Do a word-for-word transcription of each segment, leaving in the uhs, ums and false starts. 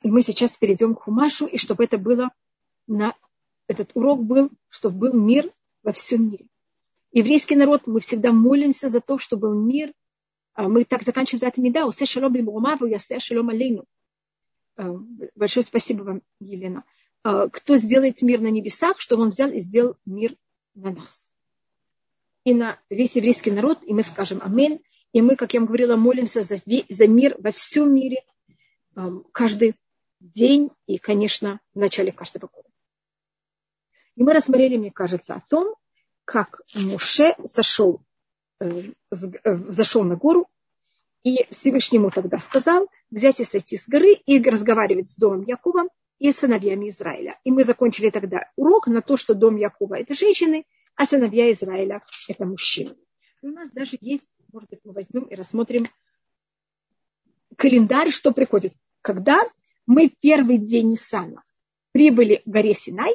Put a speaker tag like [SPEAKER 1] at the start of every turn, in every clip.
[SPEAKER 1] И мы сейчас перейдем к Хумашу, и чтобы это было, на, этот урок был, чтобы был мир во всем мире. Еврейский народ, мы всегда молимся за то, чтобы был мир. Мы так заканчиваем это меда. Усе шалом бимрумаву, ясе шалом алейну. Большое спасибо вам, Елена. Кто сделает мир на небесах, чтобы он взял и сделал мир на нас. И на весь еврейский народ, и мы скажем аминь. И мы, как я вам говорила, молимся за, за мир во всем мире, каждый день и, конечно, в начале каждого года. И мы рассмотрели, мне кажется, о том, как Моше сошел, э, зашел на гору, и Всевышнему тогда сказал взять и сойти с горы и разговаривать с домом Якова и сыновьями Израиля. И мы закончили тогда урок на то, что дом Якова – это женщины, а сыновья Израиля – это мужчины. И у нас даже есть, может быть, мы возьмем и рассмотрим календарь, что приходит. Когда мы первый день Ниссана прибыли к горе Синай,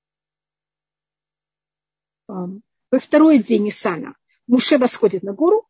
[SPEAKER 1] во второй день Ниссана Моше восходит на гору.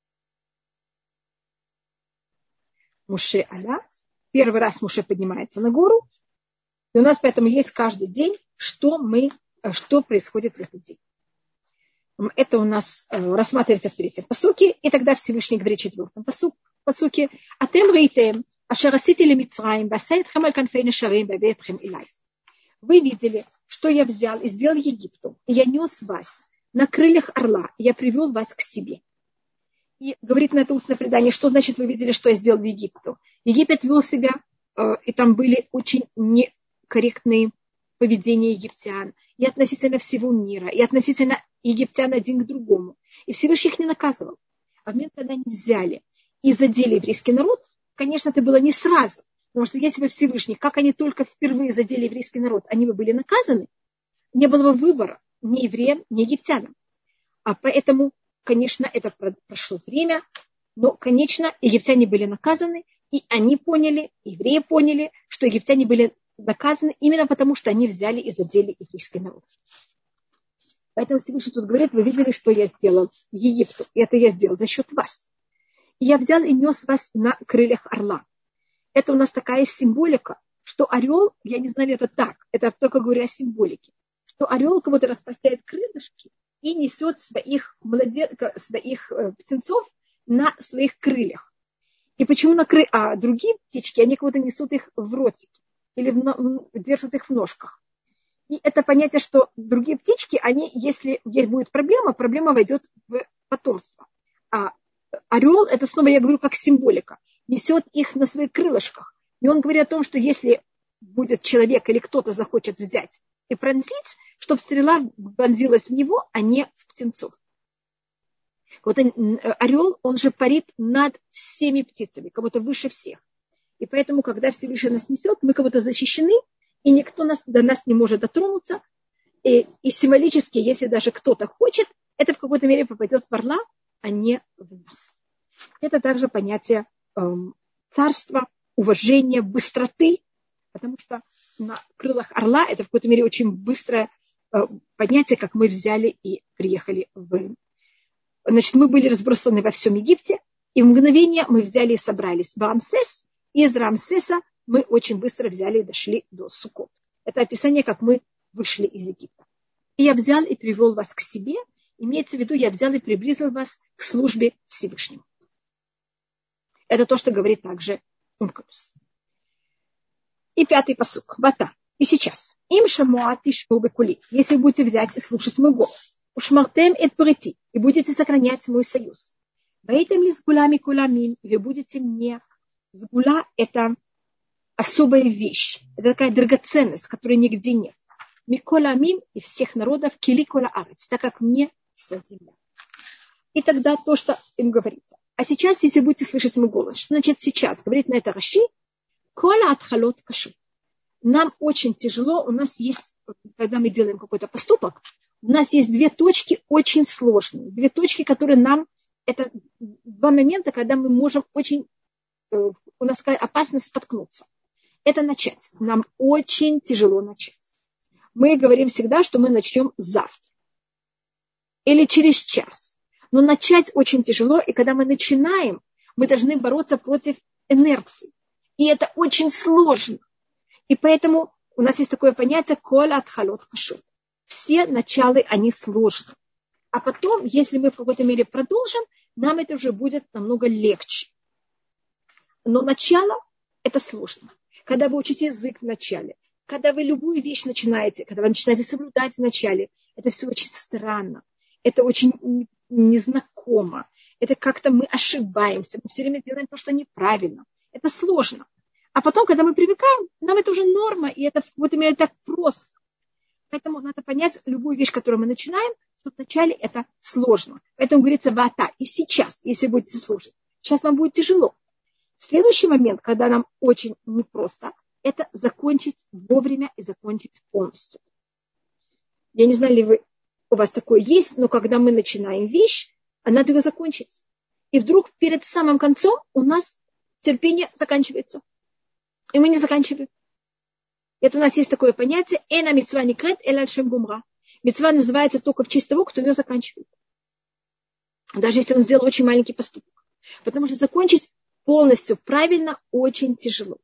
[SPEAKER 1] Моше аля. Первый раз Моше поднимается на гору. И у нас поэтому есть каждый день, что, мы, что происходит в этот день. Это у нас рассматривается в третьем пасуке. И тогда Всевышний говорит в четвертом пасуке. Атем рейтем, ашер асити лемицраим, басаитхем аль канфей нешарим, бавеетхем илай. Вы видели, что я взял и сделал Египту, и я нес вас на крыльях орла, и я привел вас к себе. И говорит на это устное предание, что значит вы видели, что я сделал в Египту. Египет вел себя, и там были очень некорректные поведения египтян, и относительно всего мира, и относительно египтян один к другому. И Всевышний их не наказывал. А в момент, когда они взяли и задели еврейский народ, конечно, это было не сразу. Потому что если бы Всевышний, как они только впервые задели еврейский народ, они бы были наказаны, не было бы выбора ни евреям, ни египтянам. А поэтому, конечно, это прошло время, но, конечно, египтяне были наказаны, и они поняли, евреи поняли, что египтяне были наказаны именно потому, что они взяли и задели еврейский народ. Поэтому Всевышний тут говорит, вы видели, что я сделал Египту, и это я сделал за счет вас. И я взял и нес вас на крыльях орла. Это у нас такая символика, что орел, я не знаю, это так, это только говорю о символике, что орел как будто распространяет крылышки и несет своих, младен... своих птенцов на своих крыльях. И почему на крыльях? А другие птички, они как будто несут их в ротике или в... держат их в ножках. И это понятие, что другие птички, они, если есть будет проблема, проблема войдет в потомство. А орел, это снова, я говорю, как символика. Несет их на своих крылышках. И он говорит о том, что если будет человек или кто-то захочет взять и пронзить, чтобы стрела вонзилась в него, а не в птенцов. Вот орел, он же парит над всеми птицами, как будто выше всех. И поэтому, когда Всевышний нас несет, мы как будто защищены, и никто нас, до нас не может дотронуться. И, и символически, если даже кто-то хочет, это в какой-то мере попадет в орла, а не в нас. Это также понятие царства, уважения, быстроты, потому что на крылах орла это в какой-то мере очень быстрое понятие, как мы взяли и приехали в... Значит, мы были разбросаны во всем Египте, и в мгновение мы взяли и собрались в Рамсес, и из Рамсеса мы очень быстро взяли и дошли до Суккот. Это описание, как мы вышли из Египта. И я взял и привел вас к себе, имеется в виду, я взял и приблизил вас к службе Всевышнему. Это то, что говорит также Ункулус. И пятый пасук. Вата. И сейчас. Им шамуати шпубекули. Если вы будете взять и слушать мой голос. Ушмартем эт брити. И будете сохранять мой союз. Баитем ли сгулями куламим. И вы будете мне. Сгула – это особая вещь. Это такая драгоценность, которой нигде нет. Миколамим из всех народов кили кола арец. Так как мне вся земля. И тогда то, что им говорится. А сейчас, если будете слышать мой голос, что значит сейчас? Говорит на это Раши, кола атхалот кашут. Нам очень тяжело, у нас есть, когда мы делаем какой-то поступок, у нас есть две точки очень сложные. Две точки, которые нам, это два момента, когда мы можем очень, у нас такая опасность споткнуться. Это начать. Нам очень тяжело начать. Мы говорим всегда, что мы начнем завтра. Или через час. Но начать очень тяжело, и когда мы начинаем, мы должны бороться против инерции. И это очень сложно. И поэтому у нас есть такое понятие «коль атхалот кашут». Все началы, они сложны. А потом, если мы в какой-то мере продолжим, нам это уже будет намного легче. Но начало – это сложно. Когда вы учите язык в начале, когда вы любую вещь начинаете, когда вы начинаете соблюдать в начале, это все очень странно, это очень незнакомо, это как-то мы ошибаемся, мы все время делаем то, что неправильно. Это сложно. А потом, когда мы привыкаем, нам это уже норма, и это в какой-то мере так просто. Поэтому надо понять любую вещь, которую мы начинаем, что вначале это сложно. Поэтому говорится «вата». И сейчас, если будете слушать, сейчас вам будет тяжело. Следующий момент, когда нам очень непросто, это закончить вовремя и закончить полностью. Я не знаю, ли вы, у вас такое есть, но когда мы начинаем вещь, надо ее закончить. И вдруг перед самым концом у нас терпение заканчивается. И мы не заканчиваем. Это у нас есть такое понятие «эна митцва никрет эль аль шем гумра». Митцва называется только в честь того, кто ее заканчивает. Даже если он сделал очень маленький поступок. Потому что закончить полностью правильно очень тяжело.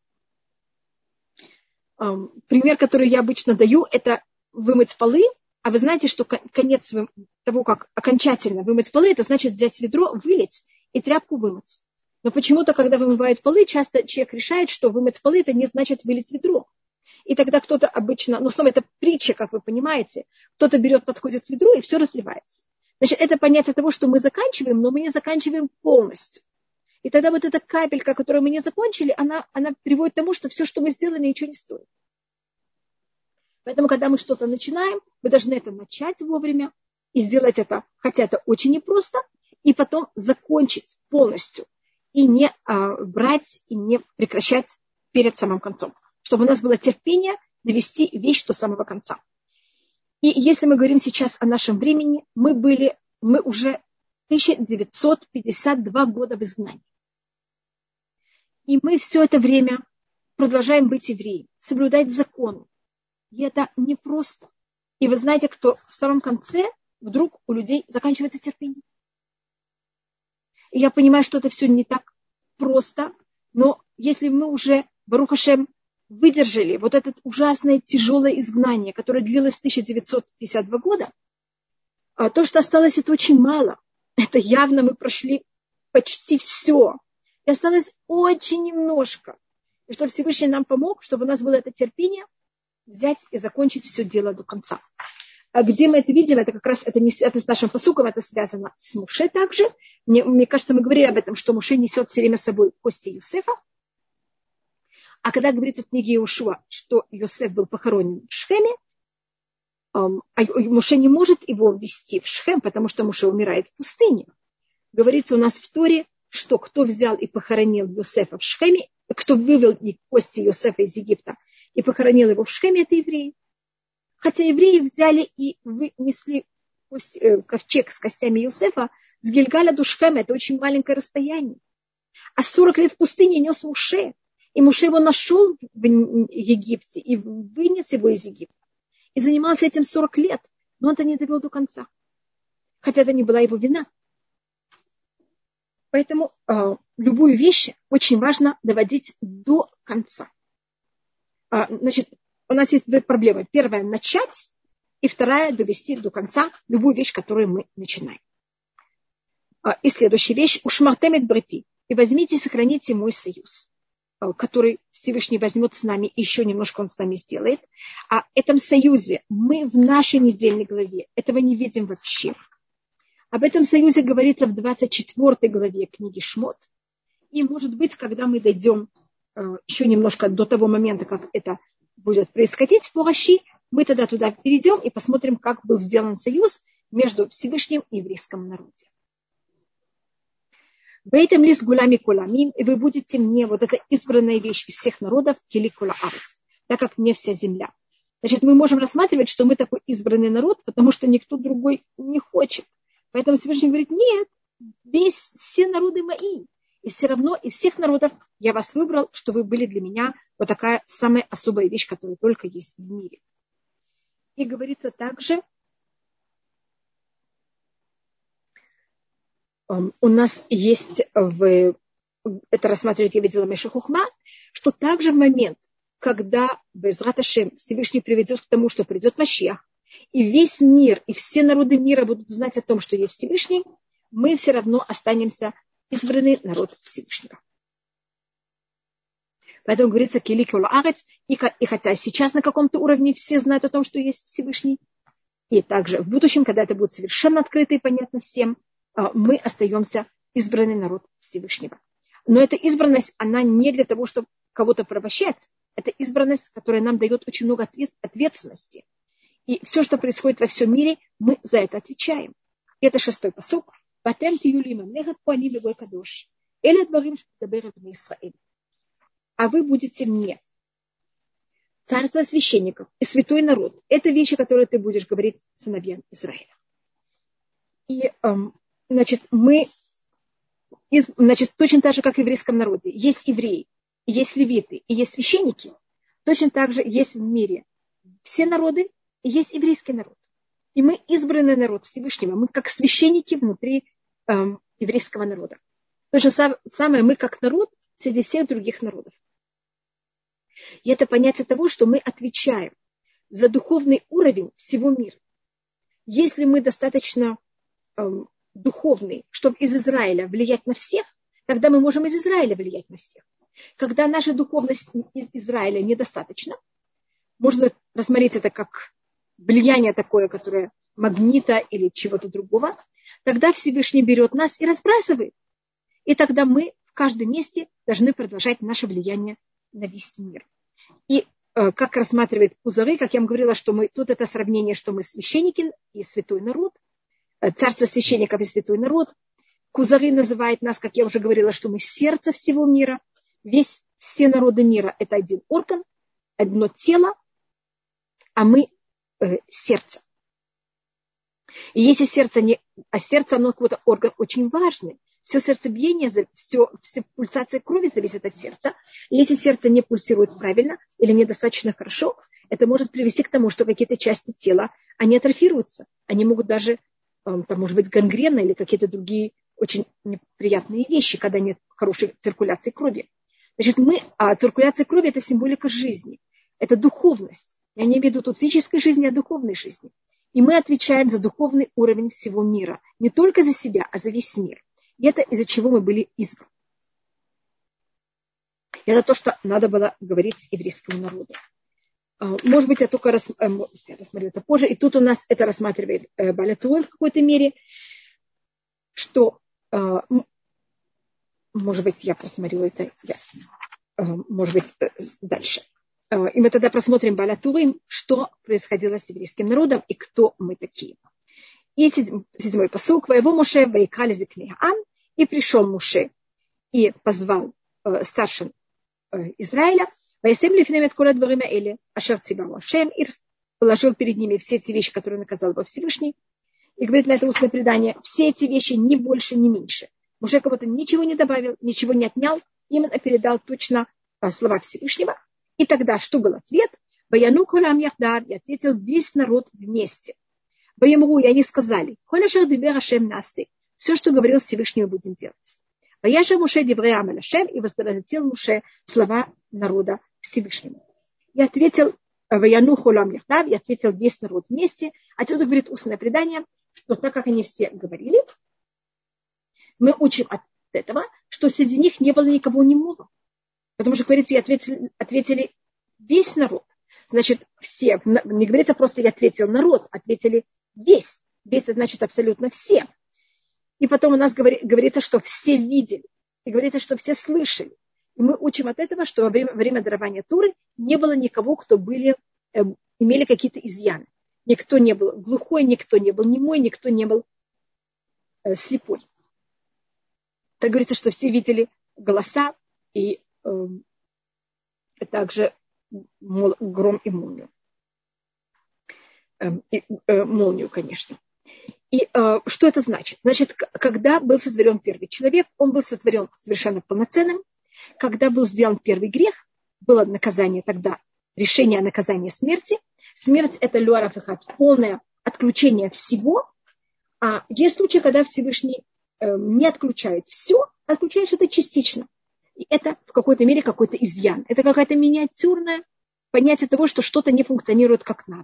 [SPEAKER 1] Пример, который я обычно даю, это вымыть полы. А вы знаете, что конец того, как окончательно вымыть полы, это значит взять ведро, вылить и тряпку вымыть. Но почему-то, когда вымывают полы, часто человек решает, что вымыть полы, это не значит вылить ведро. И тогда кто-то обычно, ну, снова это притча, как вы понимаете, кто-то берет, подходит к ведру, и все разливается. Значит, это понятие того, что мы заканчиваем, но мы не заканчиваем полностью. И тогда вот эта капелька, которую мы не закончили, она, она приводит к тому, что все, что мы сделали, ничего не стоит. Поэтому, когда мы что-то начинаем, мы должны это начать вовремя и сделать это, хотя это очень непросто, и потом закончить полностью. И не а, брать, и не прекращать перед самым концом. Чтобы у нас было терпение довести вещь до самого конца. И если мы говорим сейчас о нашем времени, мы были, мы уже тысяча девятьсот пятьдесят два года в изгнании. И мы все это время продолжаем быть евреями, соблюдать законы. И это непросто. И вы знаете, кто в самом конце вдруг у людей заканчивается терпение. И я понимаю, что это все не так просто, но если мы уже, Барух Ашем, выдержали вот это ужасное тяжелое изгнание, которое длилось тысяча девятьсот пятьдесят два года, а то, что осталось, это очень мало. Это явно мы прошли почти все. И осталось очень немножко. И чтобы Всевышний нам помог, чтобы у нас было это терпение, взять и закончить все дело до конца. А где мы это видим, это как раз это не связано с нашим пасуком, это связано с Моше также. Мне, мне кажется, мы говорили об этом, что Моше несет все время с собой кости Йосефа. А когда говорится в книге Иошуа, что Йосеф был похоронен в Шхеме, а Моше не может его ввести в Шхем, потому что Моше умирает в пустыне. Говорится у нас в Торе, что кто взял и похоронил Йосефа в Шхеме, кто вывел кости Йосефа из Египта и похоронил его в Шхеме, это евреи. Хотя евреи взяли и вынесли кость, э, ковчег с костями Йосефа с Гильгаля до Шхема, это очень маленькое расстояние. А сорок лет в пустыне нес Моше. И Моше его нашел в Египте и вынес его из Египта. И занимался этим сорок лет, но он это не довел до конца. Хотя это не была его вина. Поэтому э, любую вещь очень важно доводить до конца. А, значит, у нас есть две проблемы. Первая – начать, и вторая – довести до конца любую вещь, которую мы начинаем. А, и следующая вещь – ушмартемет брити. И возьмите и сохраните мой союз, который Всевышний возьмет с нами, и еще немножко он с нами сделает. А в этом союзе мы в нашей недельной главе этого не видим вообще. Об этом союзе говорится в двадцать четвёртой главе книги Шмот. И, может быть, когда мы дойдем э, еще немножко до того момента, как это будет происходить по Раши, мы тогда туда перейдем и посмотрим, как был сделан союз между Всевышним и еврейским народом. В этом лист гулями куламим, и вы будете мне, вот эта избранная вещь из всех народов, кили кула арец, так как мне вся земля. Значит, мы можем рассматривать, что мы такой избранный народ, потому что никто другой не хочет. Поэтому Всевышний говорит, нет, весь, все народы мои. И все равно из всех народов я вас выбрал, что вы были для меня вот такая самая особая вещь, которая только есть в мире. И говорится также, у нас есть, в, это рассматривает, я видела Меша Хухма, что также в момент, когда Безрат Ашем Всевышний приведет к тому, что придет Машиах, и весь мир, и все народы мира будут знать о том, что есть Всевышний, мы все равно останемся избранный народ Всевышнего. Поэтому говорится «Килик вол арец», и хотя сейчас на каком-то уровне все знают о том, что есть Всевышний, и также в будущем, когда это будет совершенно открыто и понятно всем, мы остаемся избранный народ Всевышнего. Но эта избранность, она не для того, чтобы кого-то порабощать. Это избранность, которая нам дает очень много ответственности. И все, что происходит во всем мире, мы за это отвечаем. Это шестой пасук. А вы будете мне царство священников и святой народ. Это вещи, которые ты будешь говорить сыновьям Израиля. И, эм, значит, мы, из, значит, точно так же, как в еврейском народе, есть евреи, есть левиты и есть священники, точно так же есть в мире все народы и есть еврейский народ. И мы избранный народ Всевышнего, мы как священники внутри эм, еврейского народа. То же самое мы как народ среди всех других народов. И это понятие того, что мы отвечаем за духовный уровень всего мира. Если мы достаточно эм, духовные, чтобы из Израиля влиять на всех, тогда мы можем из Израиля влиять на всех. Когда наша духовность из Израиля недостаточна, можно рассмотреть это как влияние такое, которое магнита или чего-то другого, тогда Всевышний берет нас и разбрасывает. И тогда мы в каждом месте должны продолжать наше влияние на весь мир. И э, как рассматривает Кузары, как я вам говорила, что мы, тут это сравнение, что мы священники и святой народ, э, царство священников и святой народ. Кузары называет нас, как я уже говорила, что мы сердце всего мира. Весь, все народы мира – это один орган, одно тело, а мы э, сердце. И если сердце не... А сердце, оно какой-то орган очень важный. Все сердцебиение, все, все пульсация крови зависит от сердца. И если сердце не пульсирует правильно или недостаточно хорошо, это может привести к тому, что какие-то части тела, они атрофируются. Они могут даже, там, может быть, гангрена или какие-то другие очень неприятные вещи, когда нет хорошей циркуляции крови. Значит, мы, а циркуляция крови – это символика жизни. Это духовность. Я не имею в виду тут физической жизни, а духовной жизни. И мы отвечаем за духовный уровень всего мира. Не только за себя, а за весь мир. И это из-за чего мы были избраны. Это то, что надо было говорить еврейскому народу. Может быть, я только рас... я рассмотрю это позже. И тут у нас это рассматривает Бааль ха-Тура в какой-то мере, что, может быть, я просмотрю это, я... может быть, дальше. И мы тогда просмотрим Бааль ха-Тура, что происходило с еврейским народом и кто мы такие. И седьмой пасук. «Ваево Моше ваикали зикней haan». И пришел Моше и позвал э, старшин э, Израиля, «Ваесем лифнем эт кол адварим аэле, ашер циваhu Ашем», и положил перед ними все эти вещи, которые наказал бы Всевышний. И говорит на это устное предание, все эти вещи ни больше, ни меньше. Моше кого-то ничего не добавил, ничего не отнял, именно передал точно э, слова Всевышнего. И тогда что был ответ? «Ваяну колам яхдав», и ответил весь народ вместе. «Ваемру», и они сказали, «Коль ашер дибер Ашем насе», все, что говорил Всевышний, мы будем делать. «Ваяшер Моше диврей аам эль Ашем», и возвратил Моше слова народа Всевышнему. И ответил «Ваяну колам яхдав», и ответил весь народ вместе. Отсюда говорит устное предание, что так как они все говорили, мы учим от этого, что среди них не было никого немого. Потому что, говорится, и ответили, ответили весь народ. Значит, все, не говорится просто «я ответил народ», ответили весь. Весь, это значит абсолютно все. И потом у нас говорится, что все видели. И говорится, что все слышали. И мы учим от этого, что во время, во время дарования Торы не было никого, кто были, э, имели какие-то изъяны. Никто не был глухой, никто не был немой, никто не был э, слепой. Так говорится, что все видели голоса и э, также мол, гром и молнию. Э, и, э, молнию, конечно. И э, что это значит? Значит, когда был сотворен первый человек, он был сотворен совершенно полноценным. Когда был сделан первый грех, было наказание тогда, решение о наказании смерти. Смерть – это люарав эхад, полное отключение всего. А есть случаи, когда Всевышний э, не отключает все, отключает что-то частично. И это в какой-то мере какой-то изъян. Это какая-то миниатюрная понятие того, что что-то не функционирует как надо.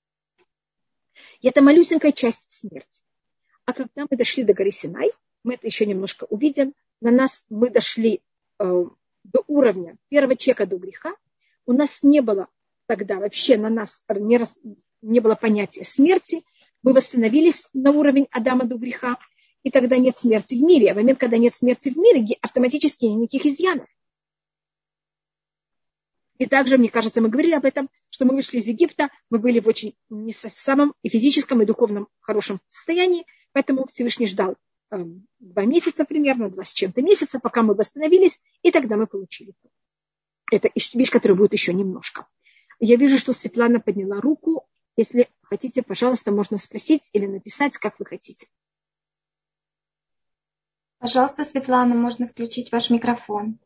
[SPEAKER 1] И это малюсенькая часть смерти. А когда мы дошли до горы Синай, мы это еще немножко увидим, на нас мы дошли э, до уровня первого чека до греха, у нас не было тогда вообще на нас не, рас, не было понятия смерти, мы восстановились на уровень Адама до греха, и тогда нет смерти в мире. А в момент, когда нет смерти в мире, автоматически нет никаких изъянов. И также, мне кажется, мы говорили об этом, что мы вышли из Египта, мы были в очень не самом и физическом, и духовном хорошем состоянии, поэтому Всевышний ждал э, два месяца примерно, два с чем-то месяца, пока мы восстановились, и тогда мы получили. Это вещь, которая будет еще немножко. Я вижу, что Светлана подняла руку. Если хотите, пожалуйста, можно спросить или написать, как вы хотите.
[SPEAKER 2] Пожалуйста, Светлана, можно включить ваш микрофон.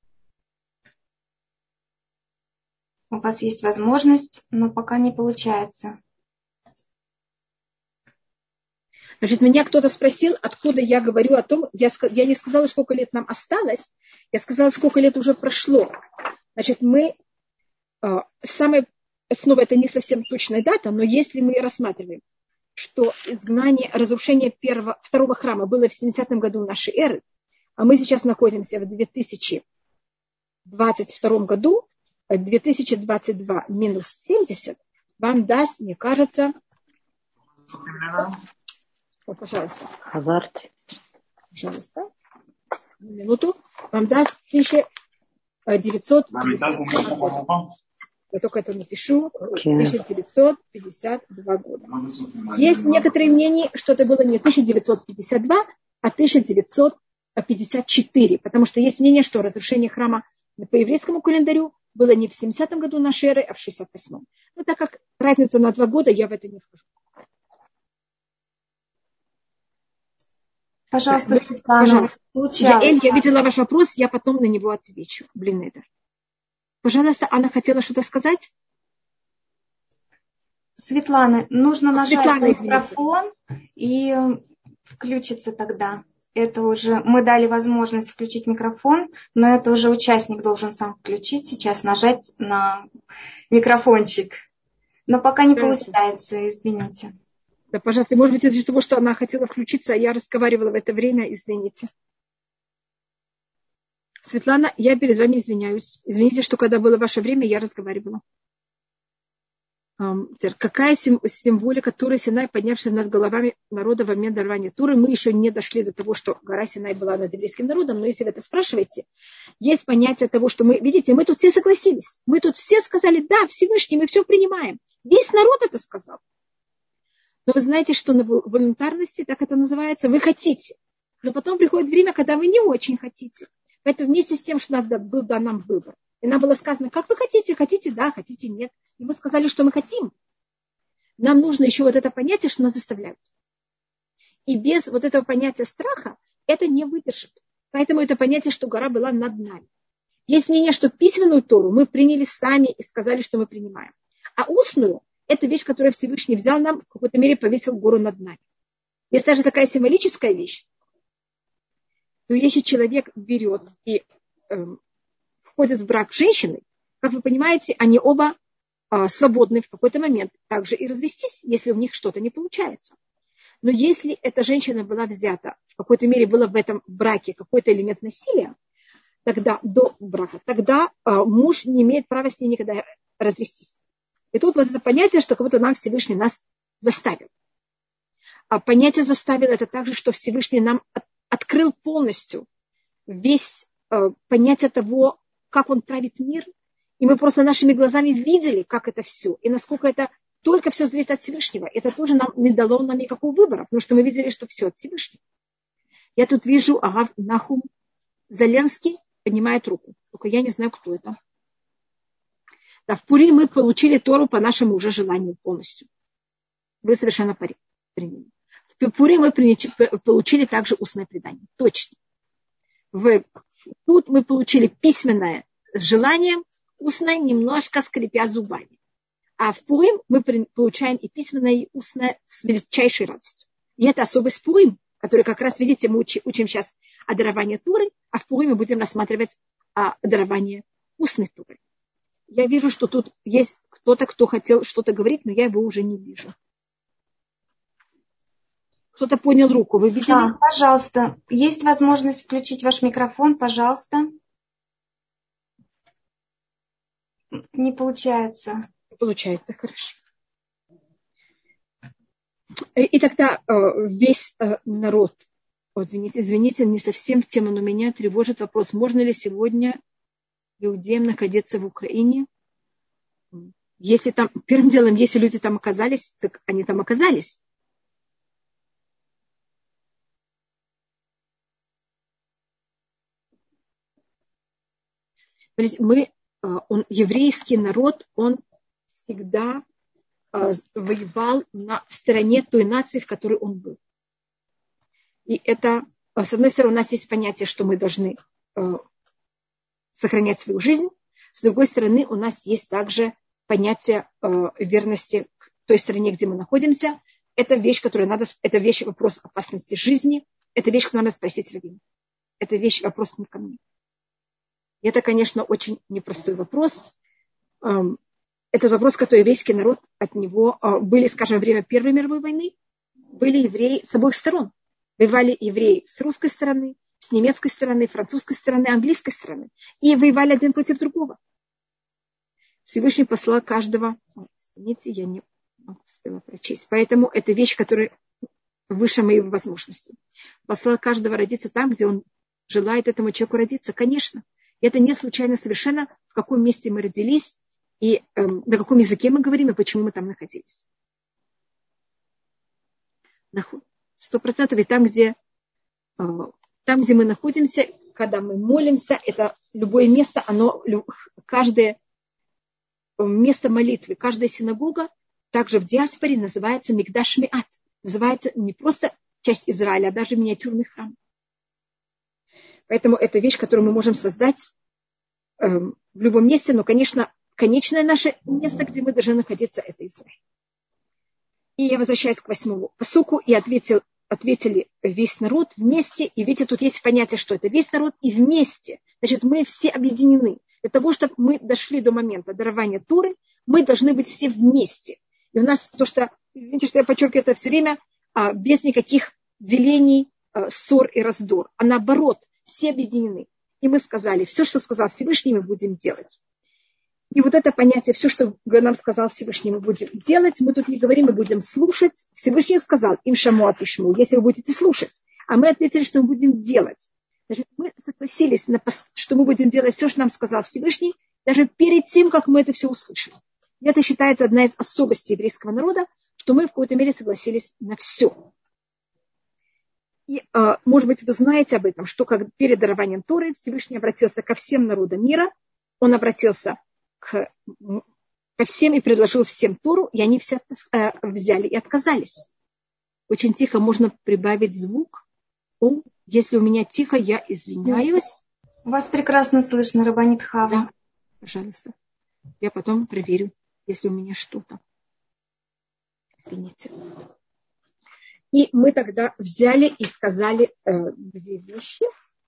[SPEAKER 2] У вас есть возможность, но пока не получается.
[SPEAKER 1] Значит, меня кто-то спросил, откуда я говорю о том, я, я не сказала, сколько лет нам осталось, я сказала, сколько лет уже прошло. Значит, мы, э, самая основа, это не совсем точная дата, но если мы рассматриваем, что изгнание, разрушение первого, второго храма было в семидесятом году нашей эры, а мы сейчас находимся в две тысячи двадцать втором году, две тысячи двадцать два минус семьдесят, вам даст, мне кажется, о, пожалуйста,
[SPEAKER 3] Хазарте.
[SPEAKER 1] Пожалуйста, минуту, вам даст тысяча девятьсот пятьдесят два. Я только это напишу. тысяча девятьсот пятьдесят два года. Есть некоторые мнения, что это было не тысяча девятьсот пятьдесят два, а тысяча девятьсот пятьдесят четыре. Потому что есть мнение, что разрушение храма по еврейскому календарю было не в семидесятом году нашей эры, а в шестьдесят восьмом. Но так как разница на два года, я в это не вхожу.
[SPEAKER 2] Пожалуйста, Светлана.
[SPEAKER 1] Я, Эль, я видела ваш вопрос, я потом на него отвечу. Блин, это. Пожалуйста, Анна хотела что-то сказать?
[SPEAKER 2] Светлана, нужно нажать
[SPEAKER 1] Светлана,
[SPEAKER 2] на микрофон и включиться тогда. Это уже мы дали возможность включить микрофон, но это уже участник должен сам включить. Сейчас нажать на микрофончик. Но пока не получается, извините.
[SPEAKER 1] Да, пожалуйста, может быть, из-за того, что она хотела включиться, а я разговаривала в это время, извините. Светлана, я перед вами извиняюсь. Извините, что когда было ваше время, я разговаривала. Какая символика Туры Синай, поднявшая над головами народа во момент дарования Туры? Мы еще не дошли до того, что гора Синай была над еврейским народом, но если вы это спрашиваете, есть понятие того, что мы, видите, мы тут все согласились. Мы тут все сказали, да, Всевышний, мы все принимаем. Весь народ это сказал. Но вы знаете, что на волонтарности, так это называется, вы хотите. Но потом приходит время, когда вы не очень хотите. Поэтому вместе с тем, что у нас был дан нам выбор. И нам было сказано, как вы хотите, хотите да, хотите нет. И мы сказали, что мы хотим. Нам нужно еще вот это понятие, что нас заставляют. И без вот этого понятия страха это не выдержит. Поэтому это понятие, что гора была над нами. Есть мнение, что письменную Тору мы приняли сами и сказали, что мы принимаем. А устную – это вещь, которую Всевышний взял нам, в какой-то мере повесил гору над нами. Есть даже такая символическая вещь. То если человек берет и э, входит в брак с женщиной, как вы понимаете, они оба э, свободны в какой-то момент также и развестись, если у них что-то не получается. Но если эта женщина была взята, в какой-то мере было в этом браке какой-то элемент насилия, тогда до брака, тогда э, муж не имеет права с ней никогда развестись. И тут вот это понятие, что как будто нам Всевышний нас заставил. А понятие заставил это также, что Всевышний нам открыл полностью весь э, понятие того, как он правит мир. И мы просто нашими глазами видели, как это все. И насколько это только все зависит от Всевышнего. Это тоже нам не дало нам никакого выбора, потому что мы видели, что все от Всевышнего. Я тут вижу Агав Нахум Заленский поднимает руку. Только я не знаю, кто это. Да, в Пури мы получили Тору по нашему уже желанию полностью. Вы совершенно приняли. В Пури мы получили также устное предание. Точно. В, тут мы получили письменное желание, устное немножко скрипя зубами. А в Пурим мы получаем и письменное, и устное с величайшей радостью. И это особый Пурим, который как раз, видите, мы учим, учим сейчас о даровании Туры, а в Пурим мы будем рассматривать о даровании устной Туры. Я вижу, что тут есть кто-то, кто хотел что-то говорить, но я его уже не вижу. Кто-то поднял руку. Вы видели?
[SPEAKER 2] Да, пожалуйста. Есть возможность включить ваш микрофон, пожалуйста. Не получается.
[SPEAKER 1] Получается, хорошо. И тогда весь народ, извините, извините, не совсем в тему, но меня тревожит вопрос, можно ли сегодня иудеям находиться в Украине? Если там, первым делом, если люди там оказались, так они там оказались. Мы, он, еврейский народ, он всегда э, воевал на стороне той нации, в которой он был. И это, с одной стороны, у нас есть понятие, что мы должны э, сохранять свою жизнь. С другой стороны, у нас есть также понятие э, верности к той стране, где мы находимся. Это вещь, которую надо, это вещь, вопрос опасности жизни. Это вещь, которую надо спросить раввина. Это вещь, вопрос не ко мне. И это, конечно, очень непростой вопрос. Это вопрос, который еврейский народ от него... Были, скажем, во время Первой мировой войны, были евреи с обоих сторон. Воевали евреи с русской стороны, с немецкой стороны, французской стороны, английской стороны. И воевали один против другого. Всевышний послал каждого... Извините, я не успела прочесть. Поэтому это вещь, которая выше моей возможности. Послал каждого родиться там, где он желает этому человеку родиться. Конечно. И это не случайно совершенно, в каком месте мы родились, и э, на каком языке мы говорим, и почему мы там находились. Сто процентов. И там где, э, там, где мы находимся, когда мы молимся, это любое место, оно, каждое место молитвы, каждая синагога, также в диаспоре называется Микдаш Миат. Называется не просто часть Израиля, а даже миниатюрный храм. Поэтому это вещь, которую мы можем создать э, в любом месте, но, конечно, конечное наше место, где мы должны находиться, это Израиль. И я возвращаюсь к восьмому пасуку, и ответил, ответили весь народ вместе, и видите, тут есть понятие, что это весь народ и вместе. Значит, мы все объединены. Для того, чтобы мы дошли до момента дарования Торы, мы должны быть все вместе. И у нас то, что, извините, что я подчеркиваю это все время, а, без никаких делений, а, ссор и раздор, а наоборот, все объединены. И мы сказали, все, что сказал Всевышний, мы будем делать. И вот это понятие, все, что нам сказал Всевышний, мы будем делать. Мы тут не говорим, мы будем слушать. Всевышний сказал, им шамуат ишму, если вы будете слушать. А мы ответили, что мы будем делать. Значит, мы согласились, на, что мы будем делать все, что нам сказал Всевышний, даже перед тем, как мы это все услышали. И это считается одна из особостей еврейского народа, что мы в какой-то мере согласились на все. И, может быть, вы знаете об этом, что как перед дарованием Торы Всевышний обратился ко всем народам мира, он обратился к, ко всем и предложил всем Тору, и они все взяли и отказались. Очень тихо, можно прибавить звук. О, если у меня тихо, я извиняюсь.
[SPEAKER 2] Вас прекрасно слышно, Рабанит Хава.
[SPEAKER 1] Да, пожалуйста. Я потом проверю, если у меня что-то. Извините. И мы тогда взяли и сказали э, две вещи.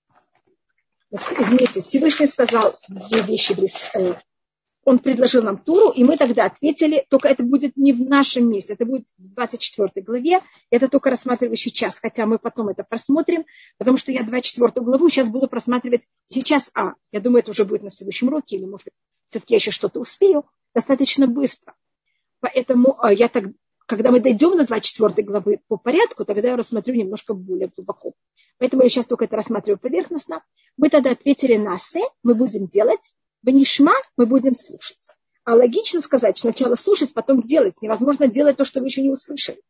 [SPEAKER 1] Извините, Всевышний сказал две вещи. Э, он предложил нам Тору, и мы тогда ответили, только это будет не в нашем месте, это будет в двадцать четвёртой главе. Это только рассматриваю сейчас, хотя мы потом это просмотрим, потому что я двадцать четвёртую главу сейчас буду просматривать сейчас. А, я думаю, это уже будет на следующем уроке, или, может быть, все-таки я еще что-то успею, достаточно быстро. Поэтому э, я так... Когда мы дойдем до двадцать четвёртой главы по порядку, тогда я рассмотрю немножко более глубоко. Поэтому я сейчас только это рассматриваю поверхностно. Мы тогда ответили на «се», мы будем делать, «бенишма» мы будем слушать. А логично сказать, сначала слушать, потом делать. Невозможно делать то, что вы еще не услышали.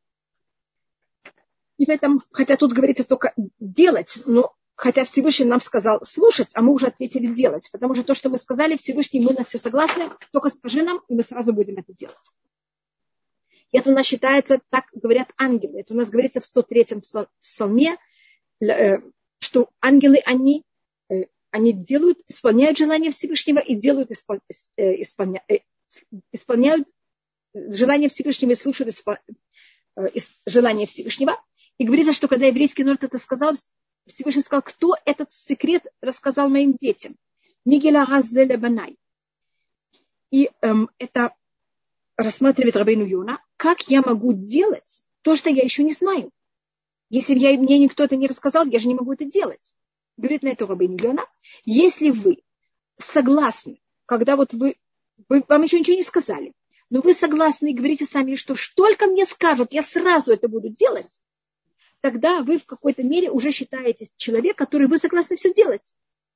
[SPEAKER 1] И в этом, хотя тут говорится только «делать», но хотя Всевышний нам сказал слушать, а мы уже ответили «делать». Потому что то, что мы сказали, Всевышний, мы на все согласны, только скажи нам, и мы сразу будем это делать. И это у нас считается, так говорят ангелы. Это у нас говорится в сто третьем псалме, что ангелы, они, они делают, исполняют желание Всевышнего и делают, исполня, исполняют желание Всевышнего и слушают желание Всевышнего. И говорится, что когда еврейский народ это сказал, Всевышний сказал, кто этот секрет рассказал моим детям? Мигеля газеля банай. И эм, это рассматривает Рабейну Йона, как я могу делать то, что я еще не знаю. Если я, мне никто это не рассказал, я же не могу это делать. Говорит на это Рабейну Йона, если вы согласны, когда вот вы, вы, вам еще ничего не сказали, но вы согласны и говорите сами, что что только мне скажут, я сразу это буду делать, тогда вы в какой-то мере уже считаетесь человек, который вы согласны все делать.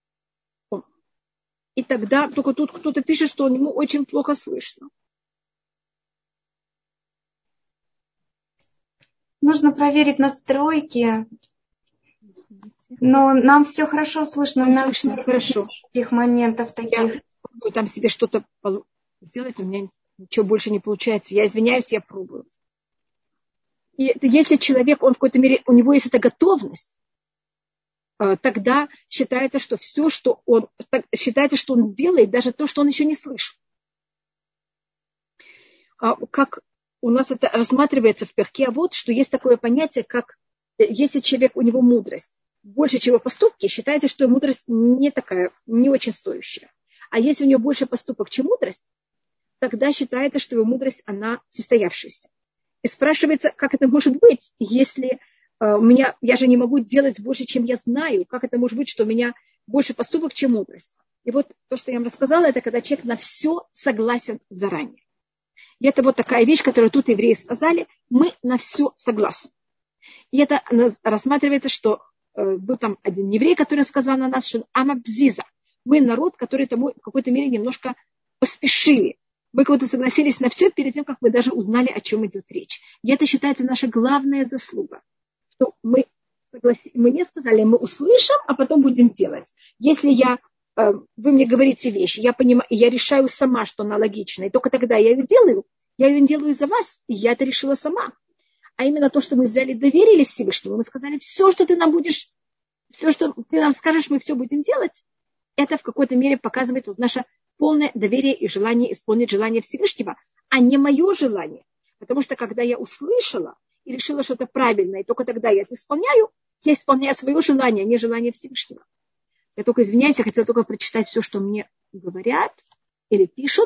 [SPEAKER 1] И тогда только тут кто-то пишет, что ему очень плохо слышно.
[SPEAKER 2] Нужно проверить настройки. Но нам все хорошо слышно.
[SPEAKER 1] Нам слышно хорошо.
[SPEAKER 2] Таких моментов таких.
[SPEAKER 1] Я пробую там себе что-то сделать, но у меня ничего больше не получается. Я извиняюсь, я пробую. И это, если человек, он в какой-то мере, у него есть эта готовность, тогда считается, что все, что он, считается, что он делает, даже то, что он еще не слышал. Как у нас это рассматривается в Перке Авот, что есть такое понятие, как если человек, у него мудрость больше, чем его поступки, считается, что мудрость не такая, не очень стоящая. А если у него больше поступок, чем мудрость, тогда считается, что его мудрость, она состоявшаяся. И спрашивается, как это может быть, если у меня, я же не могу делать больше, чем я знаю. Как это может быть, что у меня больше поступок, чем мудрость? И вот то, что я вам рассказала, это когда человек на все согласен заранее. И это вот такая вещь, которую тут евреи сказали, мы на все согласны. И это рассматривается, что э, был там один еврей, который сказал на нас, что амабзиза. Мы народ, который тому в какой-то мере немножко поспешили. Мы как-то согласились на все перед тем, как мы даже узнали, о чем идет речь. И это считается наша главная заслуга. Что мы, согласи... мы не сказали, мы услышим, а потом будем делать. Если я, э, вы мне говорите вещи, я понимаю, я решаю сама, что она логична, и только тогда я ее делаю, я ее делаю за вас, и я это решила сама. А именно то, что мы взяли, доверили Всевышнему, мы сказали, все, что ты нам будешь, все, что ты нам скажешь, мы все будем делать, это в какой-то мере показывает вот наше полное доверие и желание исполнить желание Всевышнего, а не мое желание. Потому что когда я услышала и решила, что это правильно, и только тогда я это исполняю, я исполняю свое желание, а не желание Всевышнего. Я только извиняюсь, я хотела только прочитать все, что мне говорят или пишут.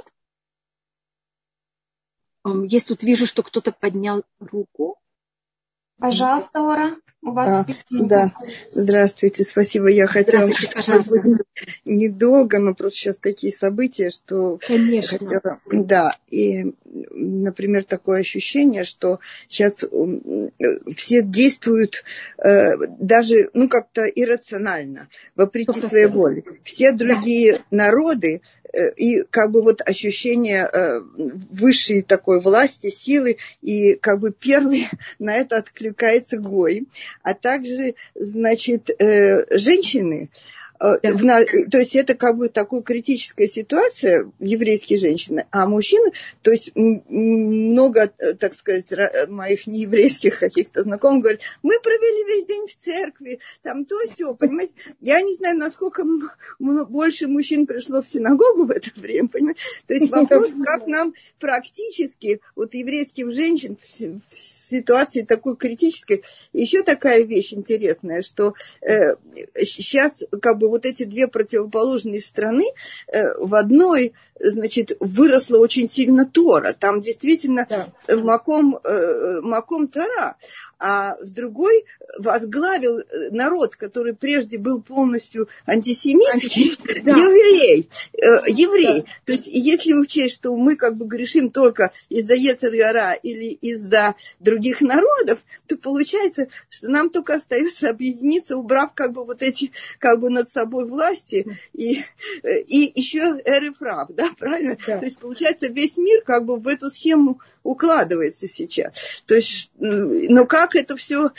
[SPEAKER 1] Есть тут, вижу, что кто-то поднял руку.
[SPEAKER 2] Пожалуйста, Ора, у вас
[SPEAKER 3] а, да, здравствуйте, спасибо. Я хотела недолго, но просто сейчас такие события, что...
[SPEAKER 1] Конечно.
[SPEAKER 3] Хотела, да, и, например, такое ощущение, что сейчас все действуют э, даже, ну, как-то иррационально, вопреки своей воле. Все другие да. народы, э, и как бы вот ощущение э, высшей такой власти, силы, и как бы первый на это откликается Гой. А также, значит, э, женщины, э, да. в, то есть это как бы такая критическая ситуация, еврейские женщины, а мужчины, то есть много, так сказать, моих нееврейских каких-то знакомых говорят, мы провели весь день в церкви, там то все, понимаете, я не знаю, насколько больше мужчин пришло в синагогу в это время, понимаете, то есть вопрос, как нам практически, вот еврейским женщин в ситуации такой критической, еще такая вещь интересная, что э, сейчас как бы вот эти две противоположные страны, э, в одной, значит, выросла очень сильно Тора, там действительно да. маком, э, маком Тора, а в другой возглавил народ, который прежде был полностью антисемитский, да. еврей, э, еврей. Да. То есть если учесть, что мы как бы грешим только из-за Йецер га-ара или из-за других народов, то получается, что нам только остается объединиться, убрав как бы вот эти как бы над собой власти и, и еще эрев рав, да, правильно? Да. То есть получается весь мир как бы в эту схему укладывается сейчас. То есть, но как это все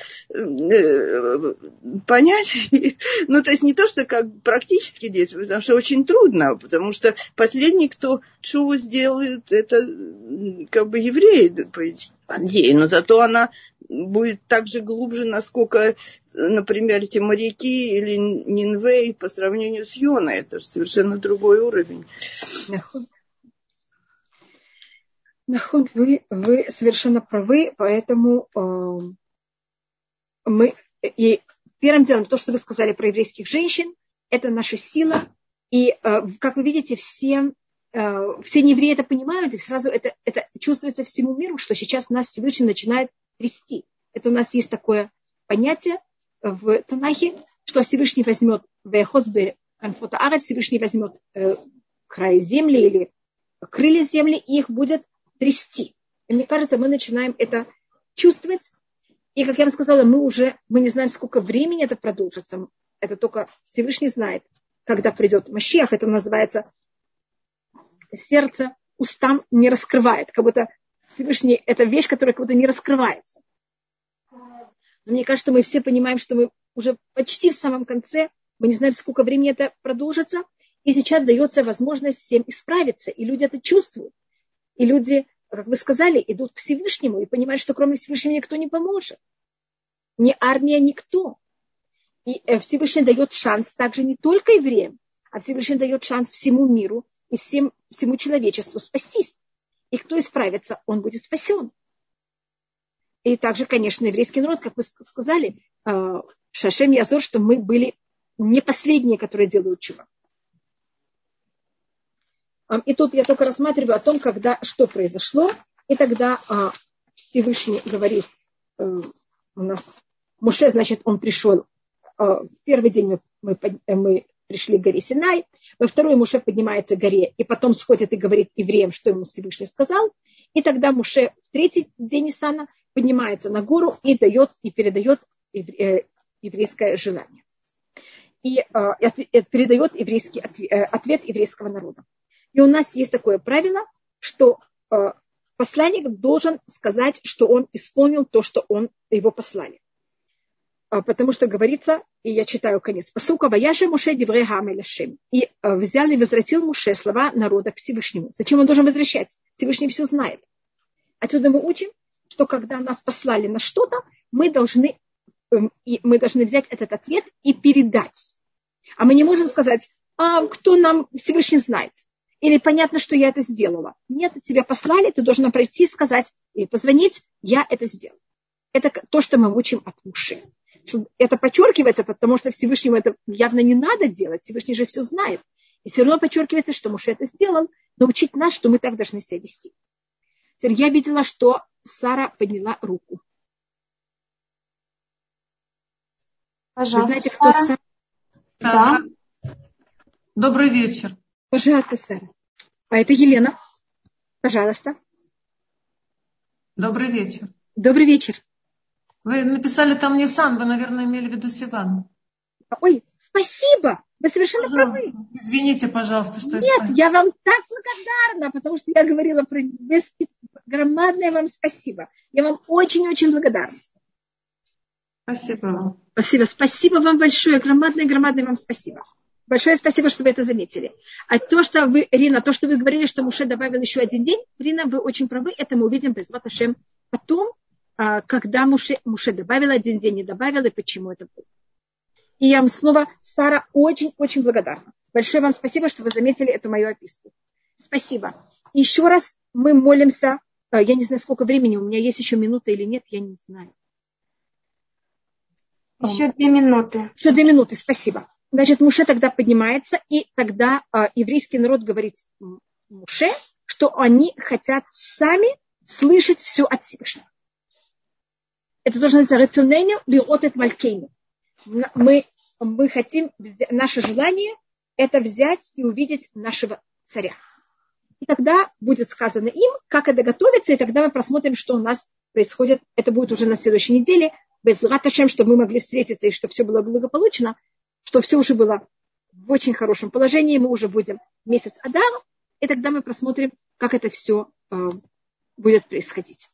[SPEAKER 3] понять? Ну, то есть не то, что как практически действует, потому что очень трудно, потому что последний, кто тшуву сделает, это как бы евреи, по идее, но зато она будет так же глубже, насколько, например, эти моряки или Нинвей по сравнению с Йоной. Это же совершенно другой уровень.
[SPEAKER 1] Нахон, вы, вы совершенно правы, поэтому э, мы, и первым делом, то, что вы сказали про еврейских женщин, это наша сила, и, э, как вы видите, все э, все евреи это понимают, и сразу это, это чувствуется всему миру, что сейчас нас Всевышний начинает трясти. Это у нас есть такое понятие в Танахе, что Всевышний возьмет Вехозбе Анфота Арат, Всевышний возьмет э, край земли или крылья земли, и их будет трясти. И мне кажется, мы начинаем это чувствовать. И, как я вам сказала, мы уже мы не знаем, сколько времени это продолжится. Это только Всевышний знает, когда придет Машиах. Это называется сердце устам не раскрывает. Как будто Всевышний – это вещь, которая как будто не раскрывается. Но мне кажется, мы все понимаем, что мы уже почти в самом конце. Мы не знаем, сколько времени это продолжится. И сейчас дается возможность всем исправиться. И люди это чувствуют. И люди, как вы сказали, идут к Всевышнему и понимают, что кроме Всевышнего никто не поможет. Ни армия, никто. И Всевышний дает шанс также не только евреям, а Всевышний дает шанс всему миру и всем, всему человечеству спастись. И кто исправится, он будет спасен. И также, конечно, еврейский народ, как вы сказали, Шашем Язор, что мы были не последние, которые делают чува. И тут я только рассматриваю о том, когда, что произошло. И тогда Всевышний говорит, у нас Моше, значит, он пришел, в первый день мы, мы, мы пришли к горе Синай, во второй Моше поднимается к горе, и потом сходит и говорит евреям, что ему Всевышний сказал. И тогда Моше в третий день Ниссана поднимается на гору и дает, и передает еврейское желание. И передает еврейский ответ еврейского народа. И у нас есть такое правило, что посланник должен сказать, что он исполнил то, что он, его послали. Потому что говорится, и я читаю конец пасука, «Ваяше Моше диврей хаамель Ашем». И взял и возвратил Моше слова народа к Всевышнему. Зачем он должен возвращать? Всевышний все знает. Отсюда мы учим, что когда нас послали на что-то, мы должны, мы должны взять этот ответ и передать. А мы не можем сказать, а кто нам Всевышний знает. Или понятно, что я это сделала. Нет, тебя послали, ты должна пройти и сказать, или позвонить, я это сделала. Это то, что мы учим от Моше. Это подчеркивается, потому что Всевышнему это явно не надо делать. Всевышний же все знает. И все равно подчеркивается, что Моше это сделал, научить нас, что мы так должны себя вести. Теперь я видела, что Сара подняла руку.
[SPEAKER 2] Пожалуйста.
[SPEAKER 1] Вы знаете, кто Сара?
[SPEAKER 2] Да.
[SPEAKER 4] Добрый вечер.
[SPEAKER 1] Пожалуйста, Сара. А это Елена. Пожалуйста.
[SPEAKER 4] Добрый вечер.
[SPEAKER 1] Добрый вечер.
[SPEAKER 4] Вы написали там не сам, вы, наверное, имели в виду Сиван.
[SPEAKER 1] Ой, спасибо. Вы совершенно
[SPEAKER 4] пожалуйста.
[SPEAKER 1] правы.
[SPEAKER 4] Извините, пожалуйста, что
[SPEAKER 1] Нет,
[SPEAKER 4] я...
[SPEAKER 1] я вам так благодарна, потому что я говорила про две спицы. Громадное вам спасибо. Я вам очень-очень благодарна.
[SPEAKER 4] Спасибо вам.
[SPEAKER 1] Спасибо. Спасибо вам большое. Громадное-громадное вам спасибо. Большое спасибо, что вы это заметили. А то, что вы, Рина, то, что вы говорили, что Моше добавил еще один день, Рина, вы очень правы. Это мы увидим без Ваташем потом, когда Моше, Моше добавил один день, не добавил, и почему это было. И я вам снова, Сара, очень-очень благодарна. Большое вам спасибо, что вы заметили эту мою описку. Спасибо. Еще раз мы молимся. Я не знаю, сколько времени, у меня есть еще минута или нет, я не знаю.
[SPEAKER 2] Еще две минуты.
[SPEAKER 1] Еще две минуты, спасибо. Значит, Моше тогда поднимается, и тогда э, еврейский народ говорит Моше, что они хотят сами слышать все от Всевышнего. Это должно быть рационально лиотет малькейну. Мы, мы хотим, наше желание это взять и увидеть нашего царя. И тогда будет сказано им, как это готовится, и тогда мы просмотрим, что у нас происходит. Это будет уже на следующей неделе, без раташем, чтобы мы могли встретиться, и что все было благополучно, что все уже было в очень хорошем положении, мы уже будем месяц Адар, и тогда мы просмотрим, как это все э, будет происходить.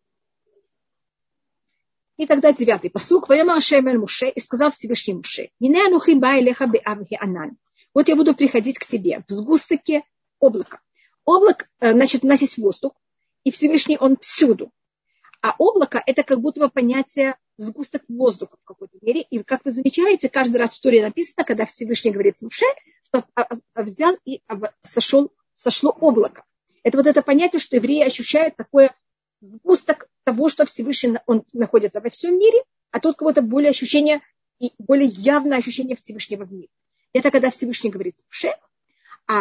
[SPEAKER 1] И тогда девятый пасук. «Ваямар Ашем эль Моше», и сказал Всевышний Моше, «Ине анухи ба элеха бе'авхи анан». Вот я буду приходить к тебе в сгустке облака. Облак, значит, у нас есть воздух, и Всевышний он всюду. А облако – это как будто бы понятие сгусток воздуха в какой-то мере. И как вы замечаете, каждый раз в Торе написано, когда Всевышний говорит Моше, что взял и сошел, сошло облако. Это вот это понятие, что евреи ощущают такое сгусток того, что Всевышний он находится во всем мире, а тут кого-то более ощущение и более явное ощущение Всевышнего в мире. Это когда Всевышний говорит Моше, а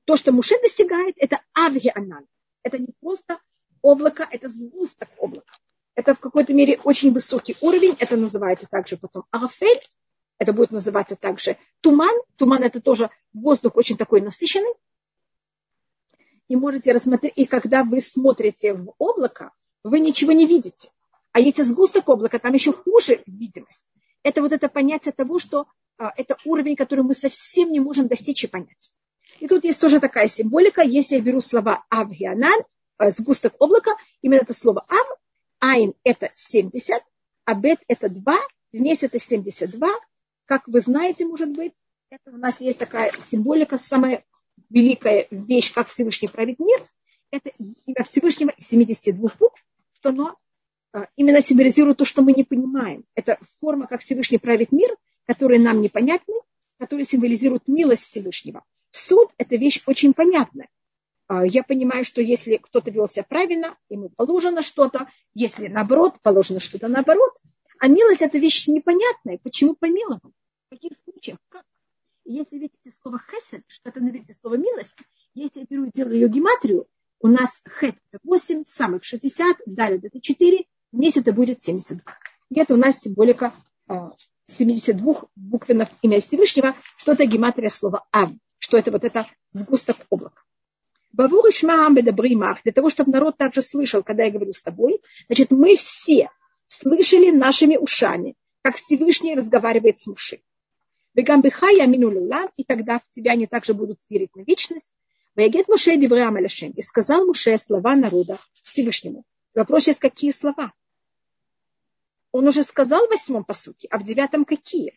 [SPEAKER 1] то, что Моше достигает, это авгианан. Это не просто облако, это сгусток облака. Это в какой-то мере очень высокий уровень. Это называется также потом арафель. Это будет называться также туман. Туман это тоже воздух очень такой насыщенный. И можете рассмотреть, и когда вы смотрите в облако, вы ничего не видите. А если сгусток облака, там еще хуже видимость. Это вот это понятие того, что а, это уровень, который мы совсем не можем достичь и понять. И тут есть тоже такая символика. Если я беру слова авгианан, сгусток облака, именно это слово ав, айн это семьдесят, а бет это два, вместе это семьдесят два. Как вы знаете, может быть, это у нас есть такая символика, самая великая вещь, как Всевышний правит мир, это имя Всевышнего из семидесяти двух букв, что оно именно символизирует то, что мы не понимаем. Это форма, как Всевышний правит мир, которые нам непонятны, которые символизируют милость Всевышнего. Суд – это вещь очень понятная. Я понимаю, что если кто-то вел себя правильно, ему положено что-то, если наоборот, положено что-то наоборот. А милость – это вещь непонятная. Почему помиловал? В каких случаях? Как? Если видите слово хесед, что это, наверное, слово милость, если я беру и делаю ее гематрию, у нас хет – это восемь, самых шестьдесят, далее это четыре, вместе это будет семьдесят два. И это у нас символика семидесяти двух буквенных имя Всевышнего, что это гематрия слова ав, что это вот это сгусток облака. Бавур ишмаам бедабримах, для того, чтобы народ также слышал, когда я говорю с тобой, значит, мы все слышали нашими ушами, как Всевышний разговаривает с Моше. Бегамбиха ямину лулам, и тогда в тебя они также будут верить на вечность. Ваягет Моше дивреам аль-Ашем, и сказал Моше слова народа Всевышнему. Вопрос есть, какие слова? Он уже сказал в восьмом пасуке, а в девятом какие?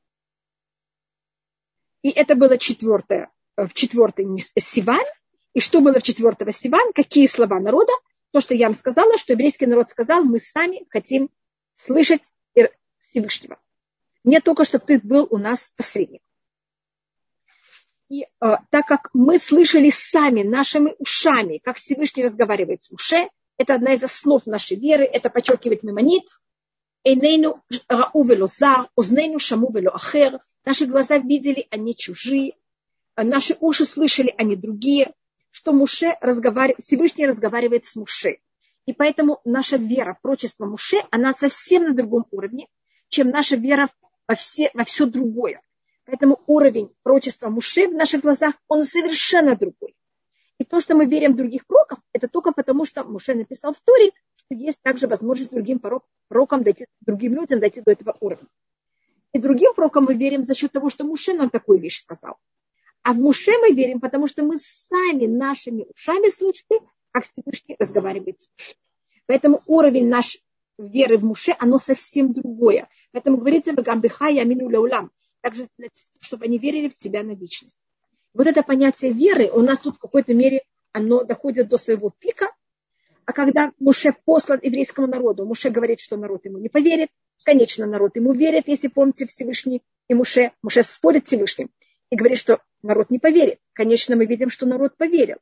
[SPEAKER 1] И это было четвертое, в четвертый Сиван. И что было в четвертого Сиван? Какие слова народа? То, что я вам сказала, что еврейский народ сказал, мы сами хотим слышать Всевышнего. Не только, чтобы ты был у нас посредник. И э, так как мы слышали сами, нашими ушами, как Всевышний разговаривает с Моше, это одна из основ нашей веры, это подчеркивает Мемонит. Эйнейну рау вело зар, ознейну шаму вело ахер. Наши глаза видели, они чужие. Наши уши слышали, они другие. Что Моше разговаривает, Всевышний разговаривает с Моше. И поэтому наша вера в пророчество Моше, она совсем на другом уровне, чем наша вера во все, во все другое. Поэтому уровень пророчества Моше в наших глазах, он совершенно другой. И то, что мы верим в других пророков, это только потому, что Моше написал в Торе, что есть также возможность другим пророкам дойти, другим людям дойти до этого уровня. И другим пророкам мы верим за счет того, что Моше нам такую вещь сказал. А в Моше мы верим, потому что мы сами нашими ушами слышали, как Всевышний разговаривает с Моше. Поэтому уровень нашей веры в Моше, оно совсем другое. Поэтому говорится, «Вагамбиха ямину лаулам», также, чтобы они верили в тебя на вечность. Вот это понятие веры у нас тут в какой-то мере оно доходит до своего пика. А когда Моше послан еврейскому народу, Моше говорит, что народ ему не поверит. Конечно, народ ему верит, если помните Всевышний и Моше. Моше спорит с Всевышним и говорит, что народ не поверит. Конечно, мы видим, что народ поверил.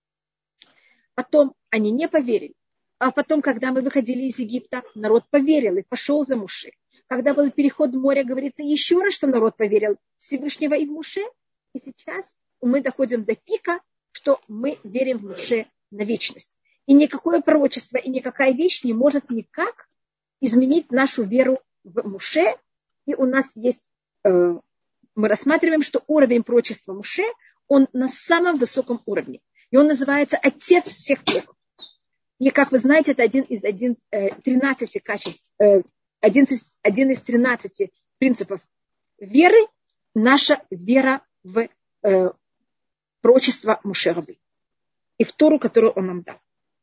[SPEAKER 1] Потом они не поверили. А потом, когда мы выходили из Египта, народ поверил и пошел за Моше. Когда был переход в море, говорится еще раз, что народ поверил Всевышнего и в Моше. И сейчас мы доходим до пика, что мы верим в Моше на вечность. И никакое пророчество, и никакая вещь не может никак изменить нашу веру в Моше. И у нас есть, э, мы рассматриваем, что уровень пророчества Моше, он на самом высоком уровне. И он называется отец всех пророков. И, как вы знаете, это один из тринадцати качеств, один, один из тринадцати принципов веры, наша вера в э, пророчество Моше Рабейну и в Тору, которую он нам дал.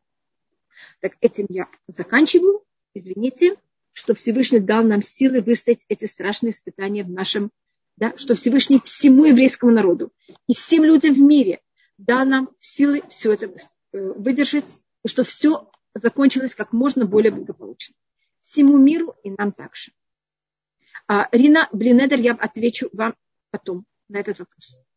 [SPEAKER 1] Так этим я заканчиваю. Извините, что Всевышний дал нам силы выстоять эти страшные испытания в нашем, да, что Всевышний всему еврейскому народу и всем людям в мире дал нам силы все это выдержать, и что все закончилось как можно более благополучно. Всему миру и нам также. А, Рина Блинедер, я отвечу вам потом на этот вопрос.